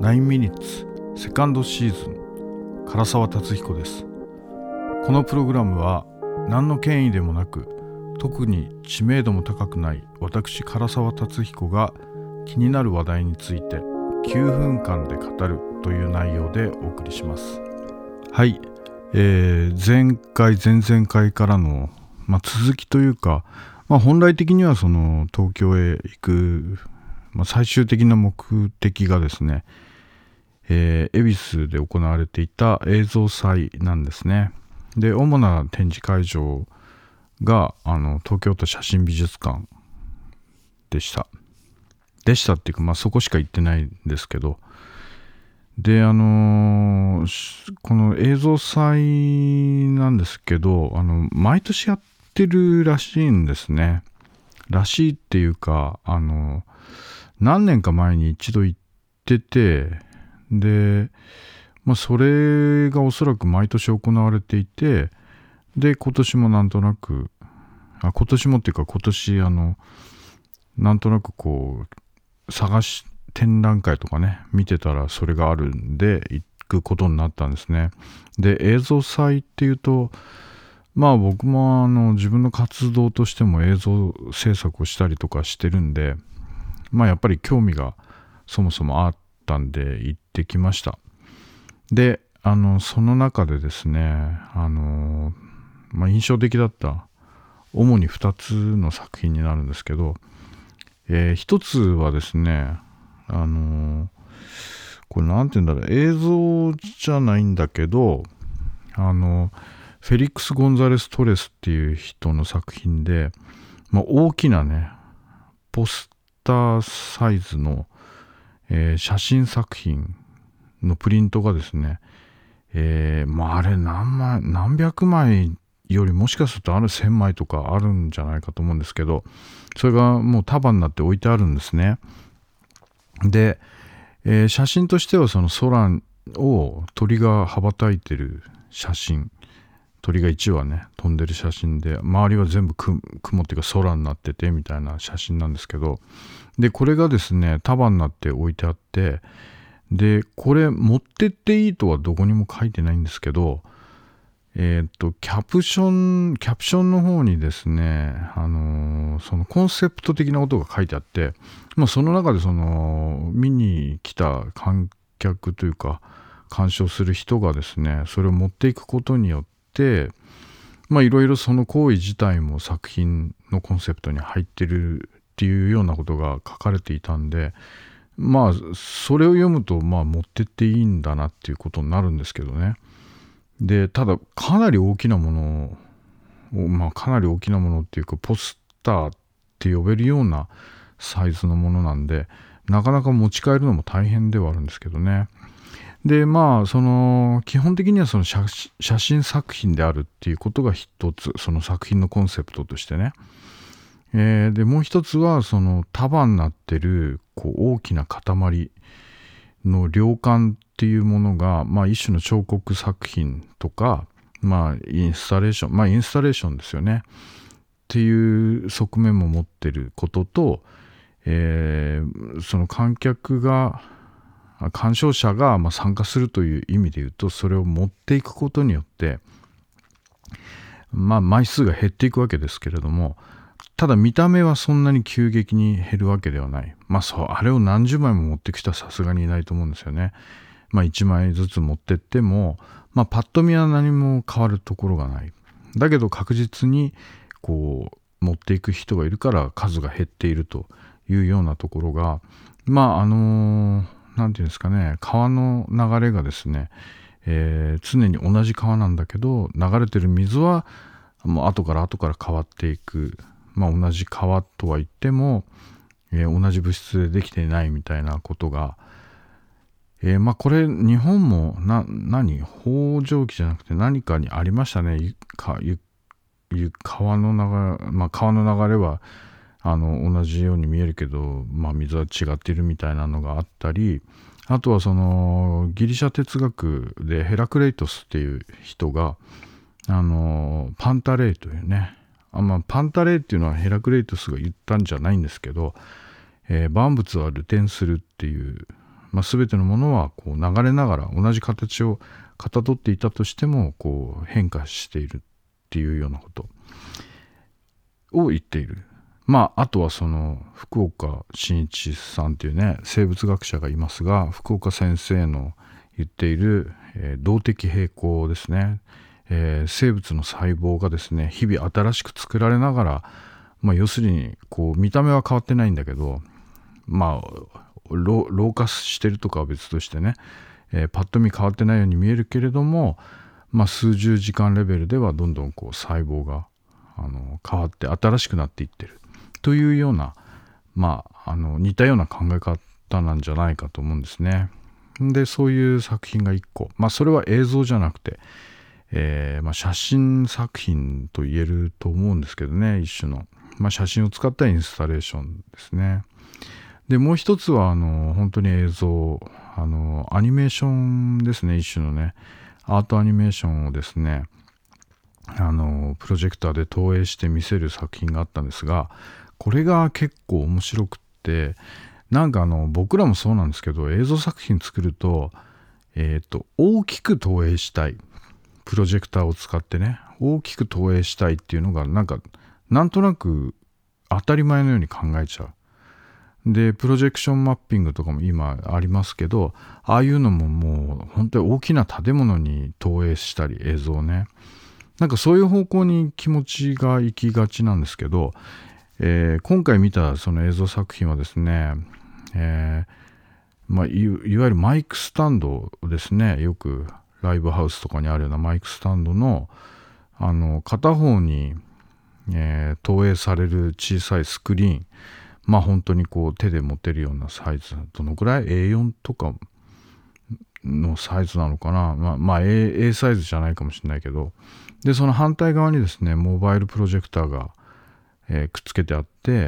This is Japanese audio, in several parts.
9ミニッツセカンドシーズン、唐沢達彦です。このプログラムは何の権威でもなく、特に知名度も高くない私唐沢達彦が気になる話題について9分間で語るという内容でお送りします。はい、前回前々回からの、続きというか、本来的にはその東京へ行く、最終的な目的がですね、恵比寿で行われていた映像祭なんですね。で、主な展示会場が東京都写真美術館でしたっていうか、そこしか行ってないんですけど、でこの映像祭なんですけど、毎年やってるらしいんですね。らしいっていうか、何年か前に一度行ってて、で、それがおそらく毎年行われていて、で今年もなんとなく今年なんとなくこう展覧会とかね見てたらそれがあるんで行くことになったんですね。で、映像祭っていうと、僕も自分の活動としても映像制作をしたりとかしてるんで、やっぱり興味がそもそもあったんで行ってきました。で、その中でですね、印象的だった主に2つの作品になるんですけど、一つはですね、これなんて言うんだろう、映像じゃないんだけど、フェリックス・ゴンザレス・トレスっていう人の作品で、大きなねポスターサイズの、写真作品のプリントがですね、あれ何百枚よりもしかすると1000枚とかあるんじゃないかと思うんですけど、それがもう束になって置いてあるんですね。で、写真としてはその空を鳥が羽ばたいてる写真、鳥が1羽ね飛んでる写真で、周りは全部雲っていうか空になっててみたいな写真なんですけど、でこれがですね束になって置いてあって、でこれ持ってっていいとはどこにも書いてないんですけど、キャプションの方にですね、そのコンセプト的なことが書いてあって、その中でその見に来た観客というか鑑賞する人がですね、それを持っていくことによって、いろいろその行為自体も作品のコンセプトに入ってるっていうようなことが書かれていたんで、それを読むと持ってっていいんだなっていうことになるんですけどね。でただかなり大きなものを、かなり大きなものっていうかポスターって呼べるようなサイズのものなんで、なかなか持ち帰るのも大変ではあるんですけどね。でその基本的にはその写真作品であるっていうことが一つ、その作品のコンセプトとしてね、でもう一つはその束になってる大きな塊の量感っていうものが、一種の彫刻作品とか、インスタレーションですよねっていう側面も持ってることと、その鑑賞者が参加するという意味で言うと、それを持っていくことによって枚数が減っていくわけですけれども、ただ見た目はそんなに急激に減るわけではない。あれを何十枚も持ってきたらさすがにいないと思うんですよね。1枚ずつ持ってっても、パッと見は何も変わるところがない。だけど確実に持っていく人がいるから数が減っているというようなところが、なんていうんですかね、川の流れがですね、常に同じ川なんだけど、流れてる水はもう後から変わっていく。同じ川とは言っても、同じ物質でできていないみたいなことが、これ日本も北条記じゃなくて何かにありましたね。川の流れは同じように見えるけど、水は違っているみたいなのがあったり、あとはそのギリシャ哲学でヘラクレイトスっていう人がパンタレイというね、パンタレイっていうのはヘラクレイトスが言ったんじゃないんですけど、万物は流転するっていう、 全てのものはこう流れながら同じ形をかたどっていたとしてもこう変化しているっていうようなことを言っている。あとはその福岡伸一さんというね生物学者がいますが、福岡先生の言っている、動的平衡ですね、生物の細胞がですね日々新しく作られながら、要するにこう見た目は変わってないんだけど、老化してるとかは別としてね、パッと見変わってないように見えるけれども、数十時間レベルではどんどんこう細胞が変わって新しくなっていってるというような、似たような考え方なんじゃないかと思うんですね。でそういう作品が1個、それは映像じゃなくて、写真作品と言えると思うんですけどね、一種の、写真を使ったインスタレーションですね。でもう一つは本当に映像、アニメーションですね、一種のねアートアニメーションをですねプロジェクターで投影して見せる作品があったんですが、これが結構面白くって、僕らもそうなんですけど、映像作品作ると、大きく投影したい、プロジェクターを使ってね大きく投影したいっていうのがなんとなく当たり前のように考えちゃう。でプロジェクションマッピングとかも今ありますけど、ああいうのももう本当に大きな建物に投影したり映像ね、そういう方向に気持ちが行きがちなんですけど、今回見たその映像作品はですね、いわゆるマイクスタンドですね、よくライブハウスとかにあるようなマイクスタンドの片方に、投影される小さいスクリーン、本当にこう手で持てるようなサイズ、どのくらい A4 とかのサイズなのかな、A サイズじゃないかもしれないけど、でその反対側にですねモバイルプロジェクターが、くっつけてあって、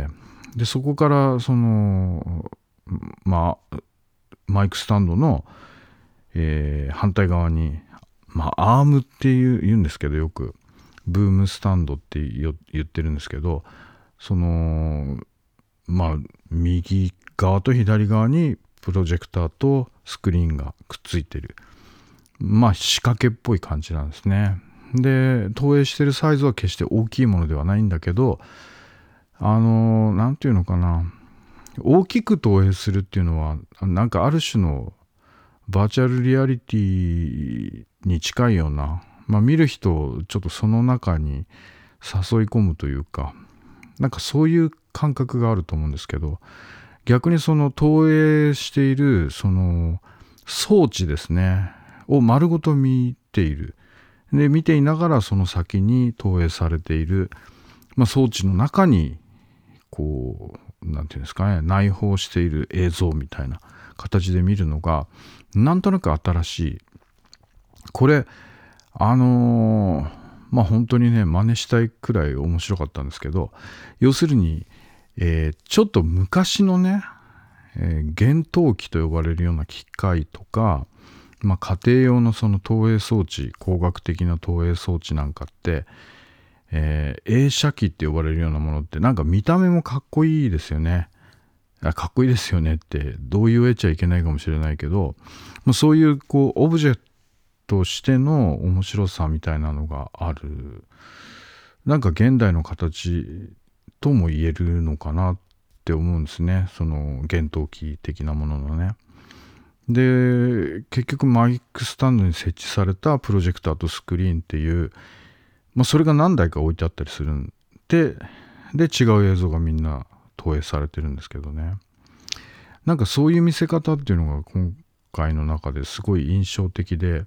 でそこからそのマイクスタンドの、反対側に、アームって言うんですけど、よくブームスタンドって言ってるんですけど、その右側と左側にプロジェクターとスクリーンがくっついてる、仕掛けっぽい感じなんですね。で投影してるサイズは決して大きいものではないんだけど、なんていうのかな、大きく投影するっていうのはある種のバーチャルリアリティに近いような、見る人をちょっとその中に誘い込むというか、そういう感覚があると思うんですけど、逆にその投影しているその装置ですねを丸ごと見ている。で見ていながらその先に投影されている、装置の中にこうなんていうんですかね、内包している映像みたいな形で見るのがなんとなく新しい。これ本当にね真似したいくらい面白かったんですけど、要するに、ちょっと昔のね、現陶器と呼ばれるような機械とか、家庭用のその投影装置、光学的な投影装置なんかって、映写機って呼ばれるようなものって見た目もかっこいいですよね。かっこいいですよねってどう言えちゃいけないかもしれないけど、そういうこうオブジェとしての面白さみたいなのがある。現代の形とも言えるのかなって思うんですね、その現陶器的なもののね。で結局マイクスタンドに設置されたプロジェクターとスクリーンっていう、それが何台か置いてあったりするんで、違う映像がみんな投影されてるんですけどね、そういう見せ方っていうのが今回の中ですごい印象的で、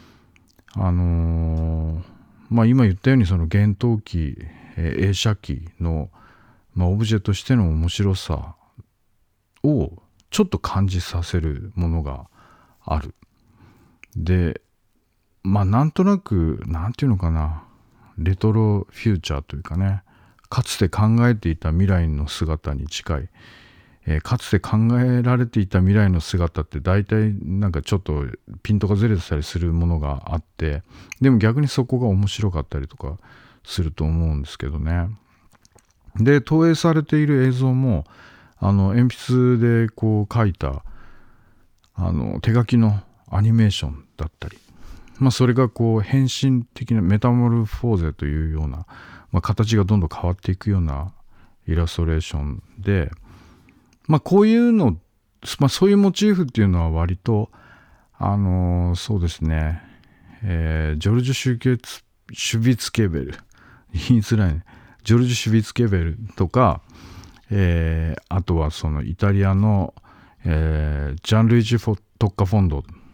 今言ったようにその現陶器、映写機の、オブジェとしての面白さをちょっと感じさせるものがある。でなんとなくなんていうのかな、レトロフューチャーというかね、かつて考えていた未来の姿に近い、かつて考えられていた未来の姿って大体ちょっとピントがずれてたりするものがあって、でも逆にそこが面白かったりとかすると思うんですけどね。で投影されている映像も鉛筆でこう描いた手書きのアニメーションだったり、それがこう変身的なメタモルフォーゼというような、形がどんどん変わっていくようなイラストレーションで、こういうの、そういうモチーフっていうのは割とそうですね、ジョルジュ・シュビツケベル言いづらいね、ジョルジュ・シュビツケベルとか、あとはそのイタリアの、ジャンルイチ・トッカフォ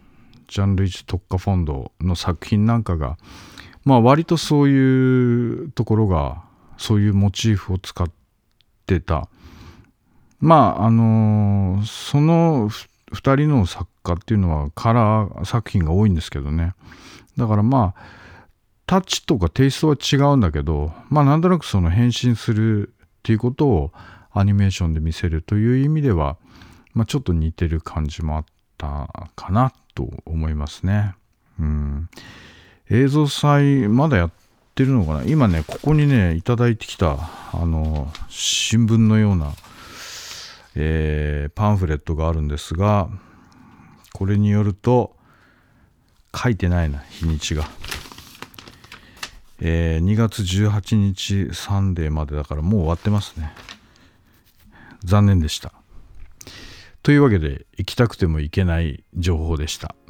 ンドの作品なんかが、割とそういうところが、そういうモチーフを使ってた。その2人の作家っていうのはカラー作品が多いんですけどね。だからタッチとかテイストは違うんだけど、なんとなくその変身するっていうことをアニメーションで見せるという意味では、ちょっと似てる感じもあったかなと思いますね。映像祭まだやってるのかな。今ね、ここにね、いただいてきた新聞のような、パンフレットがあるんですが、これによると書いてないな、日にちが。2月18日サンデーまでだからもう終わってますね。残念でした。というわけで、行きたくても行けない情報でした。